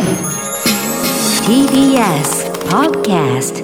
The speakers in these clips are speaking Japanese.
TBS Podcast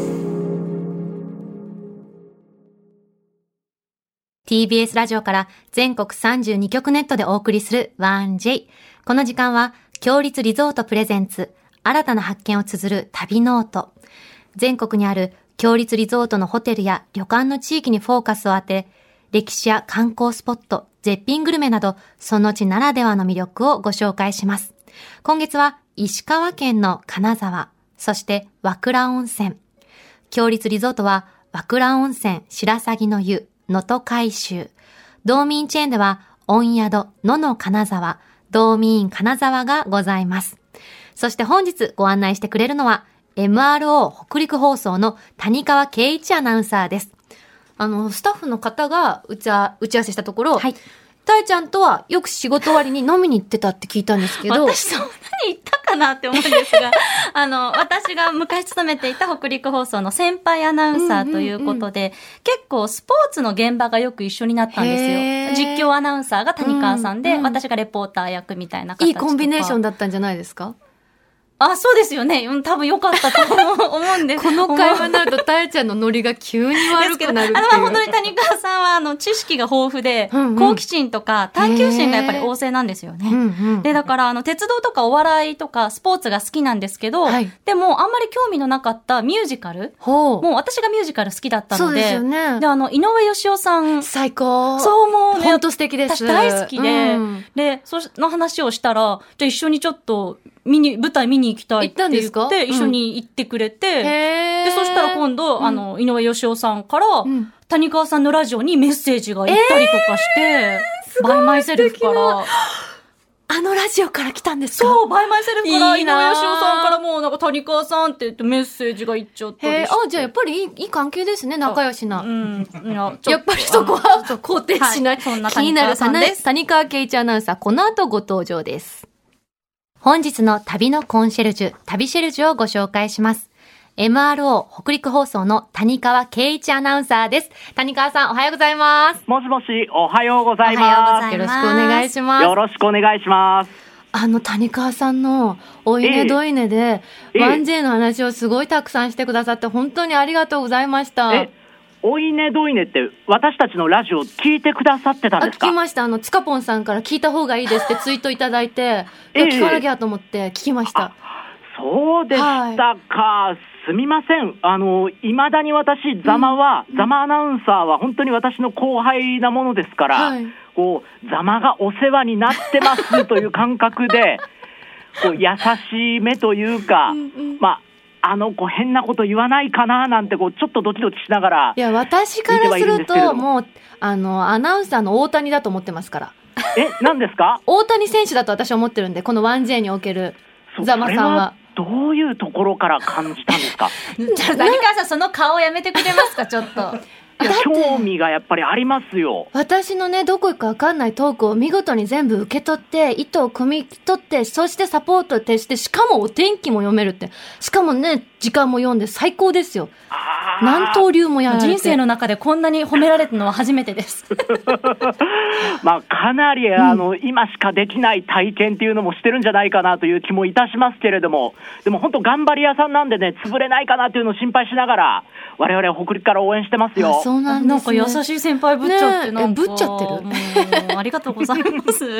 TBS ラジオから全国32局ネットでお送りする 1J。この時間は、強立リゾートプレゼンツ、新たな発見を綴る旅ノート。全国にある強立リゾートのホテルや旅館の地域にフォーカスを当て、歴史や観光スポット、絶品グルメなど、その地ならではの魅力をご紹介します。今月は、石川県の金沢、そして和倉温泉。強立リゾートは、和倉温泉白鷺の湯、能登海舟。道民チェーンでは、温宿、野の金沢、道民金沢がございます。そして本日ご案内してくれるのは、MRO 北陸放送の谷川圭一アナウンサーです。スタッフの方が打ち合わせしたところ、はい。たえちゃんとはよく仕事終わりに飲みに行ってたって聞いたんですけど。 私そんなに行ったかなって思うんですが、私が昔勤めていた北陸放送の先輩アナウンサーということで、結構スポーツの現場がよく一緒になったんですよ。実況アナウンサーが谷川さんで、私がレポーター役みたいな形とか。 いいコンビネーションだったんじゃないですか？ あ、そうですよね。多分良かったと思うんです。 この会話になると、たえちゃんのノリが急に悪くなるっていう。 本当に谷川さんは、知識が豊富で、好奇心とか、探求心がやっぱり旺盛なんですよね。で、だから、鉄道とかお笑いとか、スポーツが好きなんですけど、でも、あんまり興味のなかったミュージカル。もう私がミュージカル好きだったので、そうですよね。で、井上芳雄さん。 最高。 そう思うね。 本当素敵です。 私大好きで、で、その話をしたら、じゃあ一緒にちょっと、舞台見に行きたいって言って、一緒に行ってくれて、で、そしたら今度、井上芳雄さんから、谷川さんのラジオにメッセージが行ったりとかして、バイマイセルフから。 ラジオから来たんですか？ そう、バイマイセルフから、井上芳雄さんからもう、谷川さんって言ってメッセージが行っちゃったりして。 じゃあやっぱりいい関係ですね、仲良しな。 やっぱりそこは肯定しない。 そんな気になる谷川圭一アナウンサー、この後ご登場です。本日の旅のコンシェルジュ、旅シェルジュをご紹介します。MRO 北陸放送の谷川圭一アナウンサーです。谷川さん、おはようございます。 もしもし、おはようございます。 よろしくお願いします。 よろしくお願いします。 谷川さんのおいねどいねで、1J の話をすごいたくさんしてくださって、本当にありがとうございました。 おいねどいねって私たちのラジオ聞いてくださってたんですか？ 聞きました。つかぽんさんから聞いた方がいいですってツイートいただいて、聞かなきゃと思って聞きました。 そうでしたか。すみません。未だに私、ザマアナウンサーは本当に私の後輩なものですから、ザマがお世話になってますという感覚で、優しい目というか、子変なこと言わないかななんてちょっとドキドキしながら。 いや、私からすると、もう、アナウンサーの大谷だと思ってますから。 何ですか？ 大谷選手だと私は思ってるんで、この 1J におけるザマさんは。 どういうところから感じたんですか？ 谷川さん、その顔やめてくれますか、ちょっと。 興味がやっぱりありますよ。 私のね、どこ行くか分かんないトークを見事に全部受け取って、意図を汲み取って、そしてサポートを徹して、しかもお天気も読めるって。しかもね、時間も読んで最高ですよ。何刀流もやられて。 人生の中でこんなに褒められたのは初めてです。 かなり、今しかできない体験っていうのもしてるんじゃないかなという気もいたしますけれども、でも本当頑張り屋さんなんでね、潰れないかなというのを心配しながら、我々は北陸から応援してますよ。 そうなんですね。 なんか優しい先輩ぶっちゃって、 ぶっちゃってる。 ありがとうございます。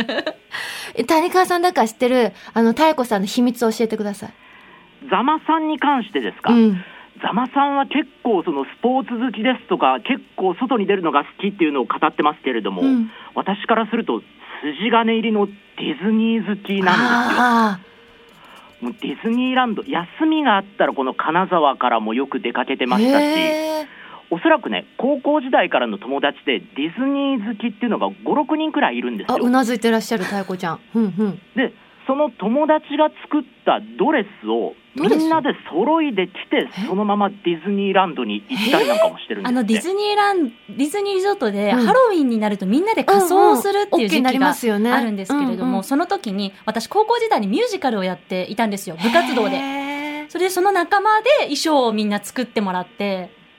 谷川さんだから知ってる、妙子さんの秘密を教えてください。 ザマさんに関してですか？ザマさんは結構スポーツ好きですとか、結構外に出るのが好きっていうのを語ってますけれども、私からすると筋金入りのディズニー好きなんですよ。もうディズニーランド、休みがあったらこの金沢からもよく出かけてましたし、おそらくね、高校時代からの友達でディズニー好きっていうのが 5,6 人くらいいるんですよ。 うなずいてらっしゃる妙子ちゃん。 で、その友達が作ったドレスをみんなで揃いで着て、そのままディズニーランドに行ったりなんかもしてるんですって。 ディズニーリゾートでハロウィンになるとみんなで仮装するっていう時期があるんですけれども、その時に私高校時代にミュージカルをやっていたんですよ、部活動で。それでその仲間で衣装をみんな作ってもらって、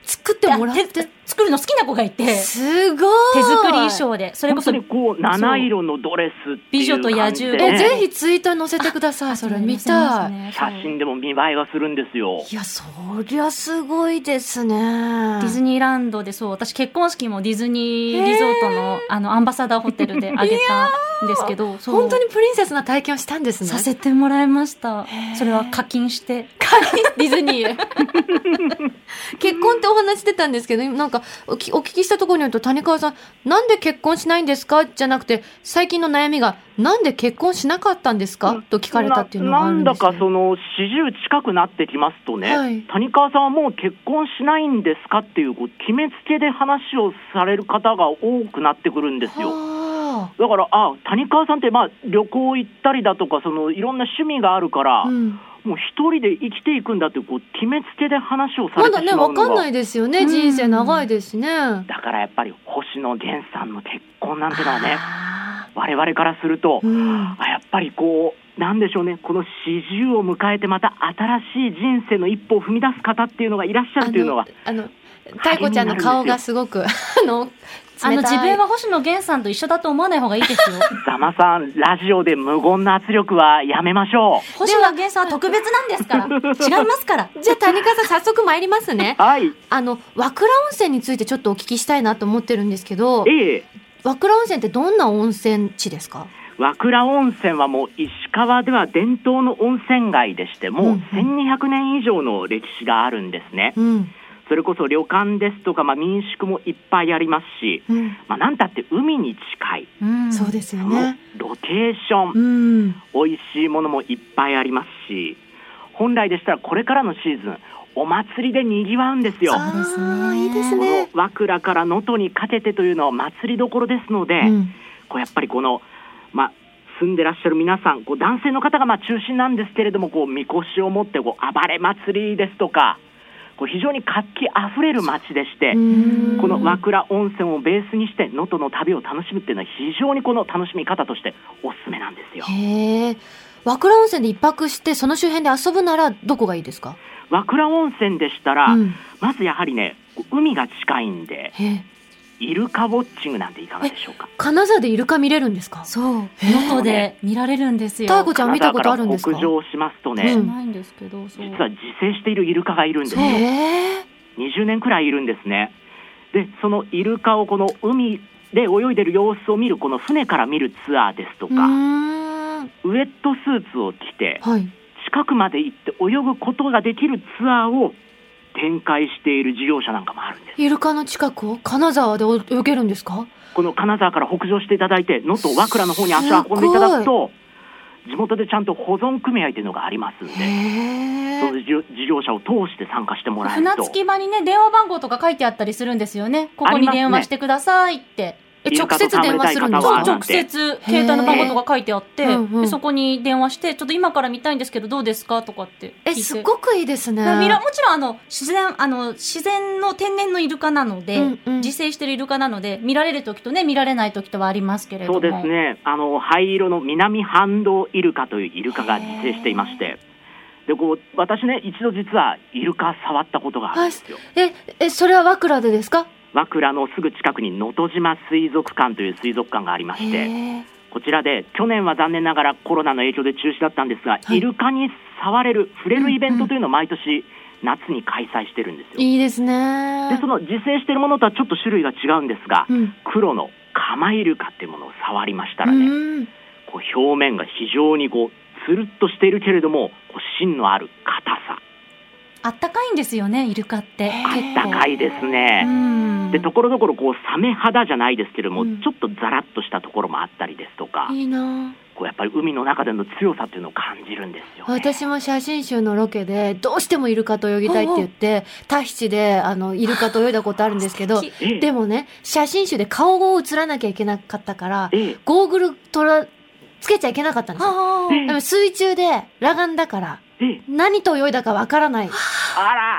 作ってもらって。 作るの好きな子がいて。 すごい。 手作り衣装で。それこそ。 本当にこう、七色のドレスっていう感じで。 美女と野獣。 ぜひツイートに載せてください。それ見たい。 写真でも見栄えがするんですよ。 いや、そりゃすごいですね。ディズニーランドで、そう、私結婚式もディズニーリゾートの、アンバサダーホテルであげたんですけど、 本当にプリンセスな体験をしたんですね。 させてもらいました。それは課金して。 ディズニーへ。結婚ってお話してたんですけど、なんかお聞きしたところによると、谷川さん、なんで結婚しないんですかじゃなくて、最近の悩みが、なんで結婚しなかったんですかと聞かれたっていうのがあるんですよ。 なんだかその40近くなってきますとね、はい、谷川さんはもう結婚しないんですかっていう、決めつけで話をされる方が多くなってくるんですよ。だから谷川さんって旅行行ったりだとか、そのいろんな趣味があるから、もう一人で生きていくんだって決めつけで話をされてしまうのが。 まだね、分かんないですよね。人生長いですしね。 だからやっぱり星野源さんの結婚なんてのはね、我々からすると、やっぱりなんでしょうね、この40を迎えてまた新しい人生の一歩を踏み出す方っていうのがいらっしゃるというのは、 太子ちゃんの顔がすごく自分は星野源さんと一緒だと思わない方がいいですよ。 ざまさん、ラジオで無言の圧力はやめましょう。 星野源さんは特別なんですから。違いますから。 じゃあ谷川さん、早速参りますね。 はい。 和倉温泉についてちょっとお聞きしたいなと思ってるんですけど、和倉温泉ってどんな温泉地ですか？ 和倉温泉はもう石川では伝統の温泉街でして、もう1200年以上の歴史があるんですね。それこそ旅館ですとか、民宿もいっぱいありますし、なんたって海に近い、 そうですよね。 ロケーション、美味しいものもいっぱいありますし、本来でしたらこれからのシーズンお祭りでにぎわうんですよ。 そうですね。いいですね。 和倉から能登にかけてというのは祭りどころですので、やっぱりこの住んでらっしゃる皆さん、男性の方が中心なんですけれども、みこしを持って暴れ祭りですとか、非常に活気あふれる街でして、この和倉温泉をベースにして能登の旅を楽しむっていうのは非常にこの楽しみ方としておすすめなんですよ。 和倉温泉で一泊してその周辺で遊ぶならどこがいいですか？ 和倉温泉でしたら、まずやはりね、海が近いんで、イルカウォッチングなんていかがでしょうか？ 金沢でイルカ見れるんですか？ そう、能登で見られるんですよ。 太子ちゃん見たことあるんですか？ 北上しますとね、 ないんですけど、 実は自生しているイルカがいるんですよ。20年くらいいるんですね。で、そのイルカをこの海で泳いでる様子を見る、この船から見るツアーですとか、ウェットスーツを着て、近くまで行って泳ぐことができるツアーを展開している事業者なんかもあるんです。 イルカの近くを金沢で泳げるんですか？ この金沢から北上していただいて、能登和倉の方に足を運んでいただくと、地元でちゃんと保存組合というのがありますんで、その事業者を通して参加してもらえると。 船着き場にね、電話番号とか書いてあったりするんですよね。ここに電話してくださいって。 直接電話するんですか？ 直接携帯の番号とか書いてあって、でそこに電話してちょっと今から見たいんですけどどうですかとかって聞いて。 すごくいいですね。 もちろん自然の天然のイルカなので、自生してるイルカなので見られる時とね見られない時とはありますけれども。 そうですね。灰色の南半島イルカというイルカが自生していまして、で私ね一度実はイルカ触ったことがあるんですよ。 それは和倉でですか？ 和倉のすぐ近くに能登島水族館という水族館がありまして、こちらで去年は残念ながらコロナの影響で中止だったんですが、イルカに触れる触れるイベントというのを毎年夏に開催してるんですよ。 いいですね。 でその自生しているものとはちょっと種類が違うんですが、黒のカマイルカっていうものを触りましたらね、表面が非常につるっとしているけれども芯のある硬さ。 あったかいんですよね、イルカって。 あったかいですね。でところどころサメ肌じゃないですけれども、ちょっとザラッとしたところもあったりですとか、 いいな。 やっぱり海の中での強さというのを感じるんですよね。 私も写真集のロケでどうしてもイルカと泳ぎたいって言ってタヒチでイルカと泳いだことあるんですけど、でもね写真集で顔を映らなきゃいけなかったから、ゴーグルつけちゃいけなかったんですよ。でも水中で裸眼だから何と泳いだかわからない。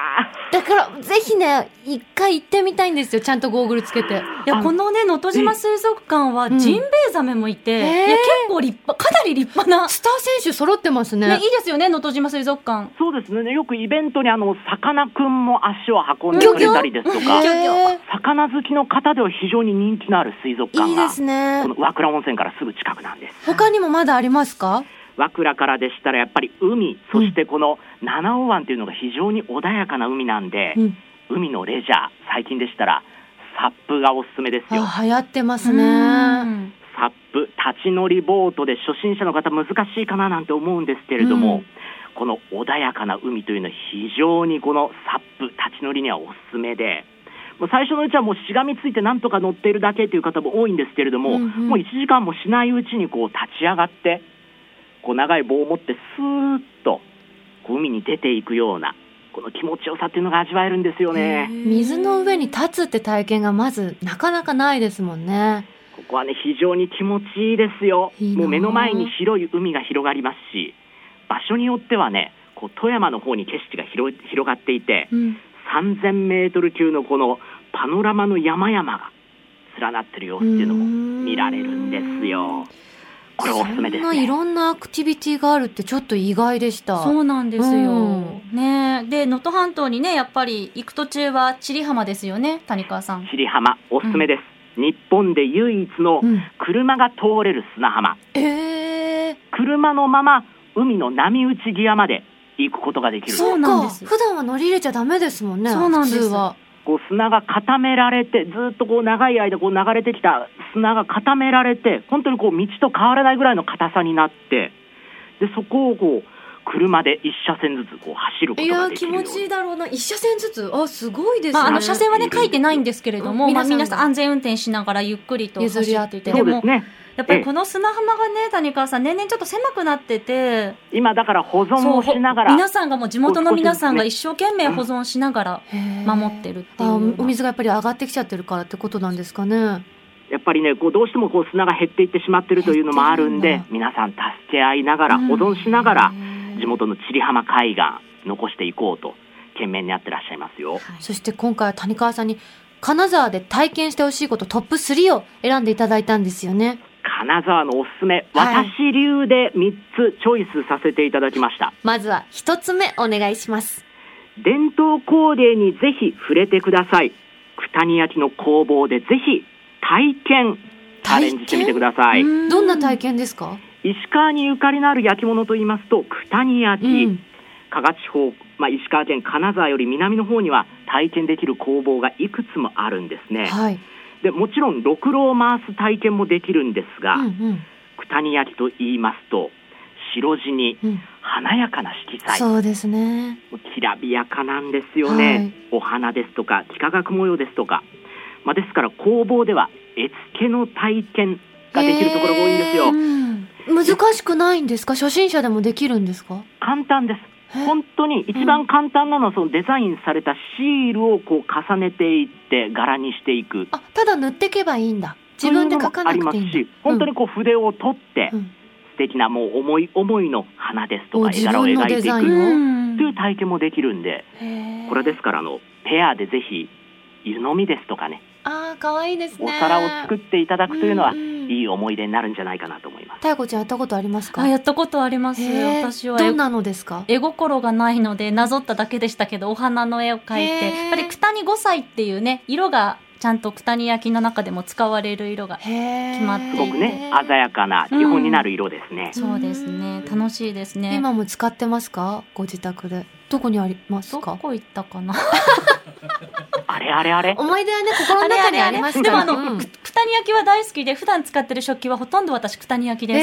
だからぜひね一回行ってみたいんですよ、ちゃんとゴーグルつけて。 いやこのね能登島水族館はジンベエザメもいて、いや結構立派、かなり立派なスター選手揃ってますね。 いいですよね能登島水族館。 そうですね、よくイベントにさかなクンも足を運んでくれたりですとか、魚好きの方では非常に人気のある水族館がいいですね。 この和倉温泉からすぐ近くなんです。 他にもまだありますか？ 和倉からでしたらやっぱり海、そしてこの七尾湾というのが非常に穏やかな海なんで、海のレジャー、最近でしたらサップがおすすめですよ。 流行ってますね。 サップ、立ち乗りボートで初心者の方難しいかななんて思うんですけれども、この穏やかな海というのは非常にこのサップ、立ち乗りにはおすすめで、もう最初のうちはもうしがみついてなんとか乗っているだけという方も多いんですけれども、もう1時間もしないうちにこう立ち上がってこう長い棒を持ってスーッとこう海に出ていくようなこの気持ちよさっていうのが味わえるんですよね。 水の上に立つって体験がまずなかなかないですもんね。 ここはね非常に気持ちいいですよ。もう目の前に広い海が広がりますし、場所によってはねこう富山の方に景色が広がっていて、3000メートル級のこのパノラマの山々が連なってる様子っていうのも見られるんですよ。これおすすめですね。 そんないろんなアクティビティがあるってちょっと意外でした。 そうなんですよ、ね。で能登半島にねやっぱり行く途中は千里浜ですよね、谷川さん。 千里浜おすすめです、日本で唯一の車が通れる砂浜、車のまま海の波打ち際まで行くことができる。 そうなんです。普段は乗り入れちゃダメですもんね。 そうなんです。 普通はこう砂が固められて、ずっとこう長い間こう流れてきた砂が固められて、本当にこう道と変わらないぐらいの硬さになって、でそこをこう車で一車線ずつこう走ることができるように。 いや気持ちいいだろうな。一車線ずつ、すごいですね。 車線はね書いてないんですけれども、皆さん安全運転しながらゆっくりと走っていて、 そうですね。 やっぱりこの砂浜がね、谷川さん年々ちょっと狭くなってて、 今だから保存をしながら、 皆さんがもう地元の皆さんが一生懸命保存しながら守ってるっていう、 お水がやっぱり上がってきちゃってるからってことなんですかね。 やっぱりねこうどうしてもこう砂が減っていってしまってるというのもあるんで、皆さん助け合いながら保存しながら地元の千里浜海岸残していこうと懸命にやってらっしゃいますよ、 そして今回は谷川さんに金沢で体験してほしいことトップ3を選んでいただいたんですよね。 金沢のおすすめ、私流で3つチョイスさせていただきました。 まずは1つ目お願いします。 伝統工芸にぜひ触れてください。九谷焼の工房でぜひ体験チャレンジしてみてください。 どんな体験ですか？ 石川にゆかりのある焼き物といいますと九谷焼、加賀地方、石川県金沢より南の方には体験できる工房がいくつもあるんですね、でもちろんろくろを回す体験もできるんですが、九谷焼と言いますと白地に華やかな色彩、 そうですね、 きらびやかなんですよね、お花ですとか幾何学模様ですとか、ですから工房では絵付けの体験ができるところが多いんですよ。 難しくないんですか？初心者でもできるんですか？ 簡単です。本当に一番簡単なのはそのデザインされたシールをこう重ねていって柄にしていく。 ただ塗っていけばいいんだ。自分で描かなくていいんだ。 ありますし、本当にこう筆を取って、素敵なもう思いの花ですとか絵柄を描いていくという体験もできるんで、これですからペアでぜひ湯飲みですとかね、 かわいいですね、 お皿を作っていただくというのはいい思い出になるんじゃないかなと思います。 たやこちゃんやったことありますか？ やったことあります。私はどんなのですか？ 絵心がないのでなぞっただけでしたけど、お花の絵を描いて、やっぱり九谷五彩っていうね色がちゃんと九谷焼の中でも使われる色が決まっていて、 すごくね鮮やかな基本になる色ですね、 そうですね、楽しいですね。 今も使ってますか？ご自宅でどこにありますか？ どこ行ったかなあれ思い出はね心の中にありますから。 でも九谷焼は大好きで、普段使ってる食器はほとんど私九谷焼です、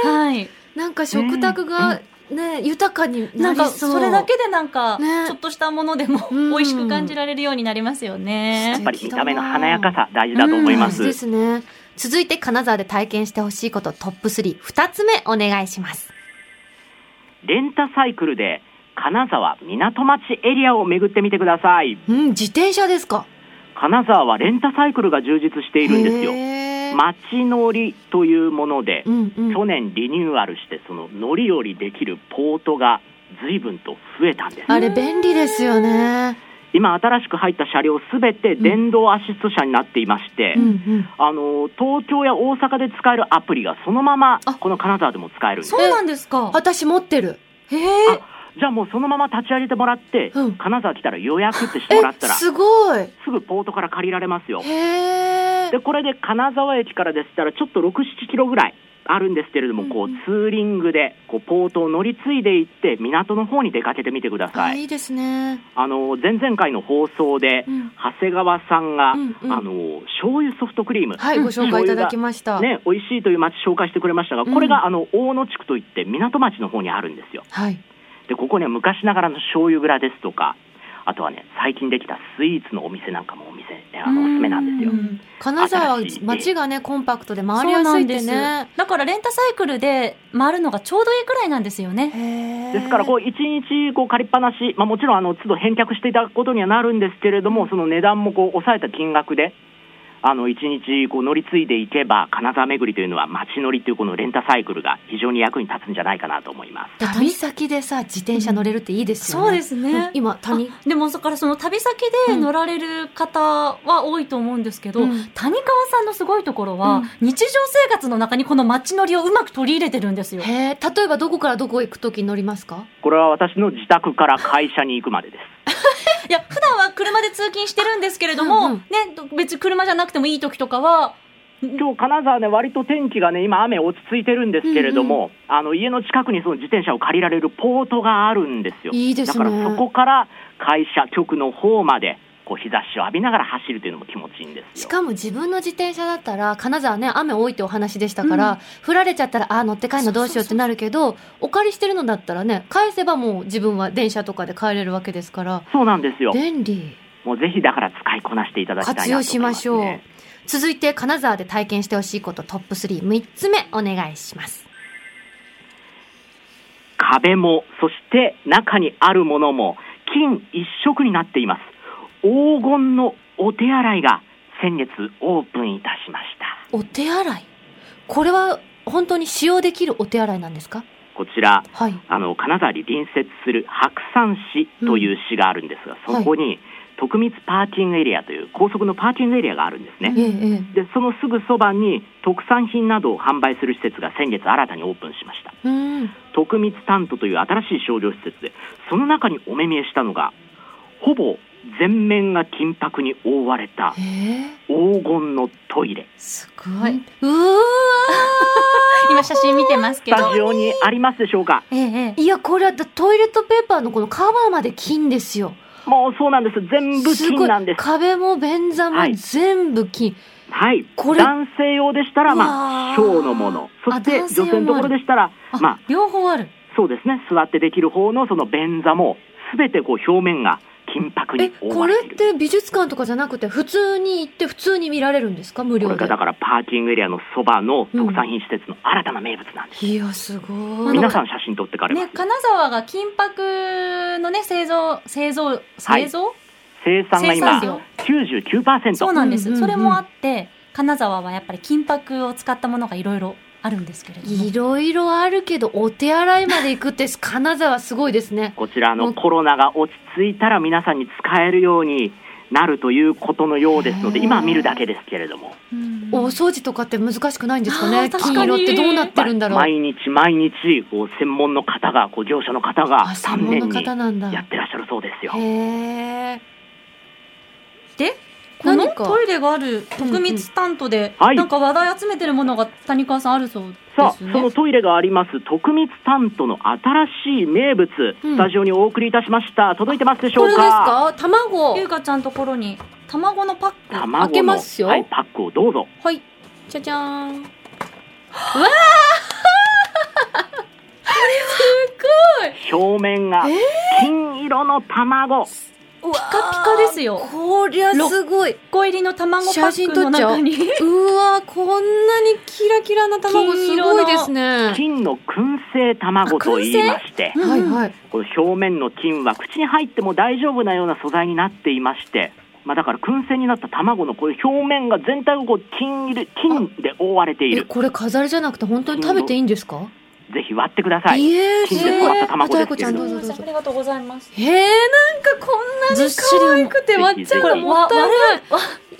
なんか食卓が豊かになりそう。 なんかそれだけでなんかちょっとしたものでも美味しく感じられるようになりますよね。 やっぱり見た目の華やかさ大事だと思います、 ですね。続いて金沢で体験してほしいことトップ3、2つ目お願いします。 レンタサイクルで金沢港町エリアを巡ってみてください。 自転車ですか？ 金沢はレンタサイクルが充実しているんですよ。街乗りというもので、去年リニューアルしてその乗り降りできるポートが随分と増えたんです。 あれ便利ですよね。 今新しく入った車両すべて電動アシスト車になっていまして、東京や大阪で使えるアプリがそのままこの金沢でも使えるんです。 そうなんですか。 私持ってる。 じゃあもうそのまま立ち上げてもらって、金沢来たら予約ってしてもらったらすごい、 すぐポートから借りられますよ。でこれで金沢駅からでしたらちょっと 6,7 キロぐらいあるんですけれども、こうツーリングでこうポートを乗り継いでいって港の方に出かけてみてください。 いいですね。 前々回の放送で、長谷川さんが、醤油ソフトクリーム、 ご紹介いただきました、 美味しいという町紹介してくれましたが、これが大野地区といって港町の方にあるんですよ。でここには昔ながらの醤油蔵ですとか、あとはね最近できたスイーツのお店なんかもおすすめなんですよ。 金沢は街がねコンパクトで回りやすいってね。 だからレンタサイクルで回るのがちょうどいいくらいなんですよね。 ですからこう1日こう借りっぱなし、もちろん都度返却していただくことにはなるんですけれども、その値段もこう抑えた金額で1日こう乗り継いでいけば、金沢巡りというのは街乗りというこのレンタサイクルが非常に役に立つんじゃないかなと思います。 旅先でさ自転車乗れるっていいですよね。 そうですね。 今でもだからその旅先で乗られる方は多いと思うんですけど、谷川さんのすごいところは、日常生活の中にこの街乗りをうまく取り入れてるんですよ。 例えばどこからどこ行くとき乗りますか？ これは私の自宅から会社に行くまでです。 いや普段は車で通勤してるんですけれども、別に車じゃなくてもいい時とかは、 今日金沢ね割と天気がね今雨落ち着いてるんですけれども、家の近くにその自転車を借りられるポートがあるんですよ。 いいですね。 だからそこから会社局の方までこう日差しを浴びながら走るというのも気持ちいいんですよ。 しかも自分の自転車だったら、金沢ね雨多いってお話でしたから、降られちゃったら乗って帰るのどうしようってなるけど、お借りしてるのだったらね返せばもう自分は電車とかで帰れるわけですから。 そうなんですよ。 便利。 もうぜひだから使いこなしていただきたいなと思いますね。 活用しましょう。続いて金沢で体験してほしいことトップ3、3つ目お願いします。 壁もそして中にあるものも金一色になっています。黄金のお手洗いが先月オープンいたしました。 お手洗い、これは本当に使用できるお手洗いなんですか？ こちら、金沢に隣接する白山市という市があるんですが、そこに徳光パーキングエリアという高速のパーキングエリアがあるんですね。でそのすぐそばに特産品などを販売する施設が先月新たにオープンしました。徳光タントという新しい商業施設で、その中にお目見えしたのがほぼ全面が金箔に覆われた黄金のトイレ。 すごい。今写真見てますけど、 スタジオにありますでしょうか？ いやこれはトイレットペーパーのこのカバーまで金ですよ。 もうそうなんです。全部金なんです。 壁も便座も全部金。これ男性用でしたら小のもの、そして女性のところでしたら両方ある。 そうですね。座ってできる方のその便座も全てこう表面が金箔に覆われている。 これって美術館とかじゃなくて普通に行って普通に見られるんですか？無料で。 これがだからパーキングエリアのそばの特産品施設の新たな名物なんです。 いやすごい。 皆さん写真撮ってかれます。 金沢が金箔のね生産が今 99%。 そうなんです。それもあって金沢はやっぱり金箔を使ったものがいろいろあるんですけれども、 いろいろあるけどお手洗いまで行くって金沢すごいですね。 こちらコロナが落ち着いたら皆さんに使えるようになるということのようですので、今見るだけですけれども、 お掃除とかって難しくないんですかね？金色ってどうなってるんだろう。 毎日こう専門の方が業者の方が3年にやってらっしゃるそうですよ。 でこのトイレがある徳光タントで、なんか話題集めてるものが谷川さんあるそうですね。 そのトイレがあります徳光タントの新しい名物、スタジオにお送りいたしました。届いてますでしょうか？ これですか？卵。 ゆうかちゃんのところに卵のパック開けますよ。 パックをどうぞ。 じゃじゃーん。うわーすごい。表面が金色の卵。 ピカピカですよ。 こりゃすごい。 6個入りの卵パックの中にうわこんなにキラキラな卵すごいですね。 金の燻製卵と言いまして、この表面の金は口に入っても大丈夫なような素材になっていまして、だから燻製になった卵のこういう表面が全体が金で覆われている。 これ飾りじゃなくて本当に食べていいんですか？ ぜひ割ってください。金で育った卵ですけれども。 ありがとうございます。 なんかこんなに可愛くて割っちゃうのもったいない。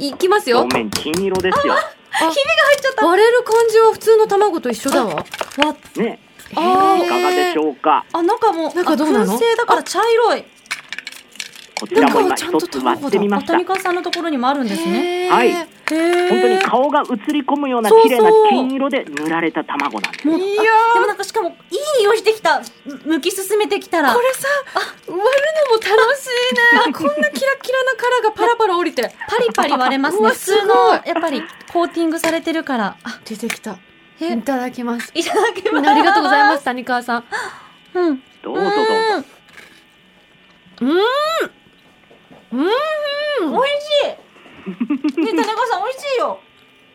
いきますよ。 表面金色ですよ。 ひびが入っちゃった。 割れる感じは普通の卵と一緒だわ。 ね。いかがでしょうか。 中も燻製だから茶色い。 こちらも今一つ割ってみました。 谷川さんのところにもあるんですね。 はい。本当に顔が映り込むような綺麗な金色で塗られた卵なんです。 いやでもなんかしかもいい匂いしてきた。剥き進めてきたら。 これさ、割るのも楽しいね。こんなキラキラな殻がパラパラ降りて。 パリパリ割れますね。普通のやっぱりコーティングされてるから。 出てきた。いただきます。 いただきます。 ありがとうございます、谷川さん。 どうぞどうぞ。 美味しい。ね、田中さん美味しいよ。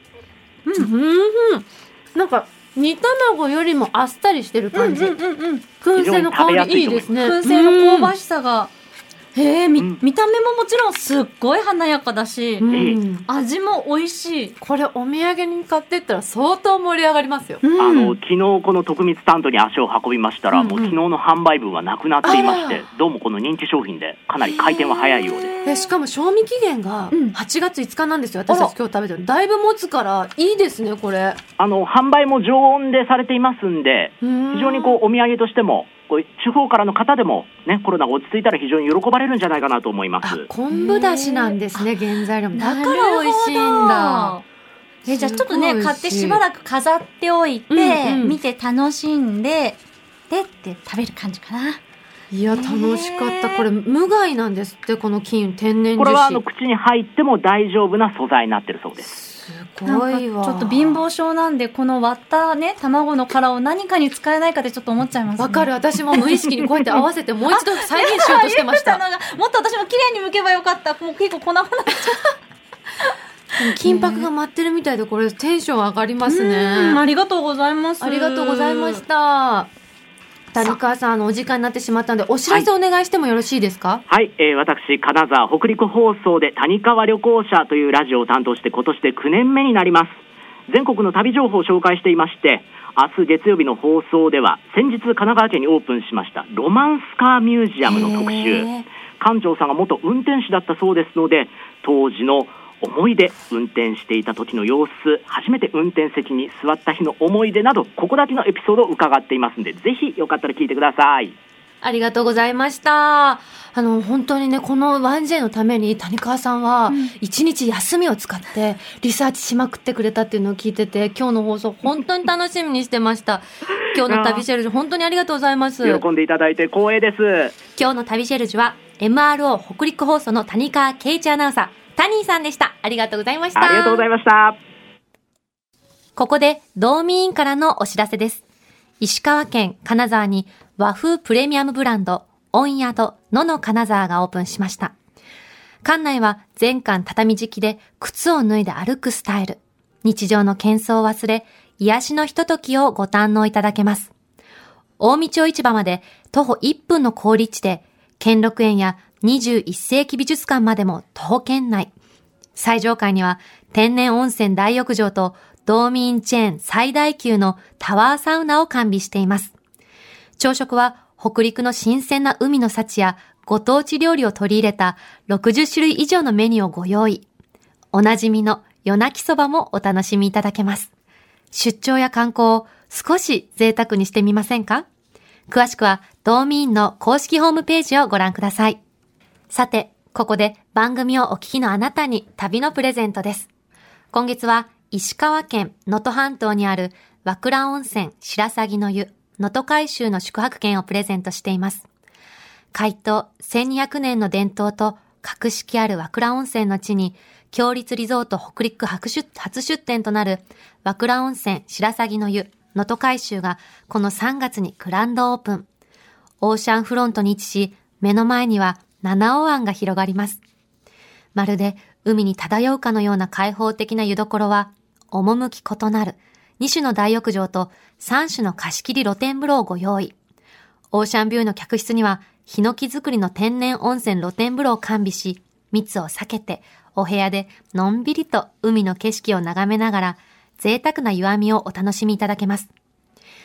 なんか煮卵よりもあっさりしてる感じ。燻製の香りいいですね。 燻製の香ばしさが。見た目ももちろんすっごい華やかだし、味も美味しい。 これお土産に買ってったら相当盛り上がりますよ。 昨日この徳光スタンドに足を運びましたら、もう昨日の販売分はなくなっていまして、どうもこの人気商品でかなり回転は早いようです。 しかも賞味期限が8月5日なんですよ。私たち今日食べてる。だいぶ持つからいいですね、これ。 販売も常温でされていますんで、非常にお土産としても地方からの方でもね、コロナが落ち着いたら非常に喜ばれるんじゃないかなと思います。 昆布だしなんですね、原材料も。だから美味しいんだ。 じゃあちょっとね、買ってしばらく飾っておいて、見て楽しんで、って食べる感じかな。 いや、楽しかった。これ無害なんですって、この金、天然樹脂。 これは口に入っても大丈夫な素材になってるそうです。 すごいわ。 ちょっと貧乏症なんで、この割ったね、卵の殻を何かに使えないかでちょっと思っちゃいますね。 わかる。私も無意識にこうやって合わせてもう一度再現しようとしてました。 もっと私も綺麗に剥けばよかった。もう結構粉々になっちゃった。 金箔が舞ってるみたいで、これテンション上がりますね。 ありがとうございます。 ありがとうございました。谷川さん、お時間になってしまったので、お知らせお願いしてもよろしいですか？ はい、私、金沢北陸放送で谷川旅行者というラジオを担当して今年で9年目になります。全国の旅情報を紹介していまして、明日月曜日の放送では、先日神奈川県にオープンしましたロマンスカーミュージアムの特集。館長さんが元運転手だったそうですので、当時の思い出、運転していた時の様子、初めて運転席に座った日の思い出など、ここだけのエピソードを伺っていますので、ぜひよかったら聞いてください。 ありがとうございました。本当にね、この 1J のために谷川さんは1日休みを使ってリサーチしまくってくれたっていうのを聞いてて、今日の放送本当に楽しみにしてました。今日の旅シェルジュ本当にありがとうございます。 喜んでいただいて光栄です。 今日の旅シェルジュは MRO 北陸放送の谷川圭一アナウンサー、タニーさんでした。ありがとうございました。 ありがとうございました。 ここで道民員からのお知らせです。石川県金沢に和風プレミアムブランド温宿のの金沢がオープンしました。館内は全館畳敷きで靴を脱いで歩くスタイル。日常の喧騒を忘れ、癒しのひとときをご堪能いただけます。大道町市場まで徒歩1分の好立地で、兼六園や21世紀美術館までも徒歩圏内。最上階には天然温泉大浴場と道民チェーン最大級のタワーサウナを完備しています。朝食は北陸の新鮮な海の幸やご当地料理を取り入れた60種類以上のメニューをご用意。おなじみの夜泣きそばもお楽しみいただけます。出張や観光を少し贅沢にしてみませんか？詳しくは道民の公式ホームページをご覧ください。さて、ここで番組をお聞きのあなたに旅のプレゼントです。今月は石川県能登半島にある和倉温泉白鷺の湯能登海舟の宿泊券をプレゼントしています。開湯1200年の伝統と格式ある和倉温泉の地に、強立リゾート北陸初出店となる和倉温泉白鷺の湯能登海舟がこの3月にグランドオープン。オーシャンフロントに位置し、目の前には七尾湾が広がります。まるで海に漂うかのような開放的な湯どころは、趣異なる2種の大浴場と3種の貸し切り露天風呂をご用意。オーシャンビューの客室には、ヒノキ作りの天然温泉露天風呂を完備し、密を避けてお部屋でのんびりと海の景色を眺めながら、贅沢な湯あみをお楽しみいただけます。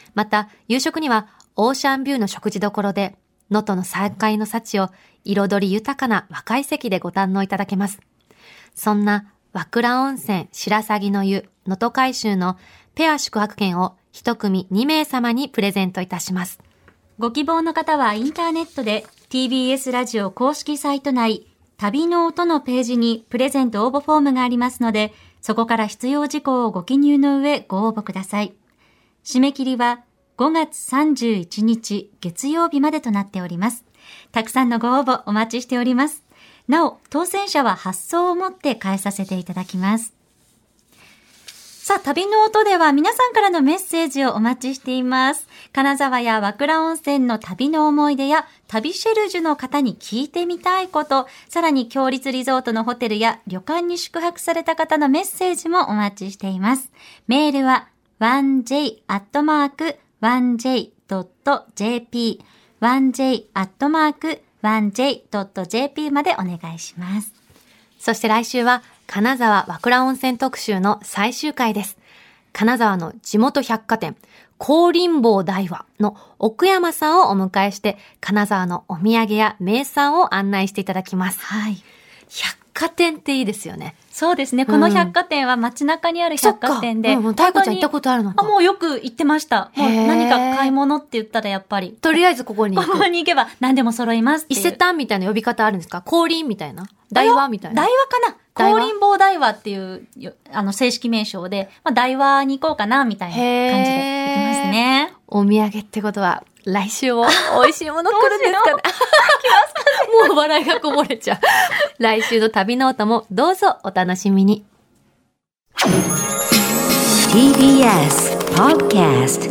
また、夕食にはオーシャンビューの食事処で、能登の山海の幸を彩り豊かな若い席でご堪能いただけます。そんな和倉温泉白鷺の湯能登海舟のペア宿泊券を一組2名様にプレゼントいたします。 ご希望の方はインターネットで TBS ラジオ公式サイト内旅の音のページにプレゼント応募フォームがありますので、そこから必要事項をご記入の上ご応募ください。締め切りは5月31日月曜日までとなっております。たくさんのご応募お待ちしております。なお、当選者は発送をもって返させていただきます。さあ、旅の音では皆さんからのメッセージをお待ちしています。金沢や和倉温泉の旅の思い出や旅シェルジュの方に聞いてみたいこと、さらに強立リゾートのホテルや旅館に宿泊された方のメッセージもお待ちしています。メールは 1j@1j.jp1j@1j.jp までお願いします。 そして来週は金沢和倉温泉特集の最終回です。金沢の地元百貨店、香林坊大和の奥山さんをお迎えして、金沢のお土産や名産を案内していただきます。 はい。 百貨店っていいですよね。 そうですね。この百貨店は街中にある百貨店で。 太子ちゃん行ったことあるのか。 もうよく行ってました。もう何か買い物って言ったらやっぱり。 とりあえずここに行く。 ここに行けば何でも揃いますっていう。 伊勢丹みたいな呼び方あるんですか？香林みたいな？大和みたいな？ 大和かな？香林坊大和っていう正式名称で、大和に行こうかなみたいな感じで行きますね。 お土産ってことは来週も美味しいもの来るんですかね。来ますかね。もう笑いがこぼれちゃう。来週の旅の音もどうぞお楽しみに。 TBS Podcast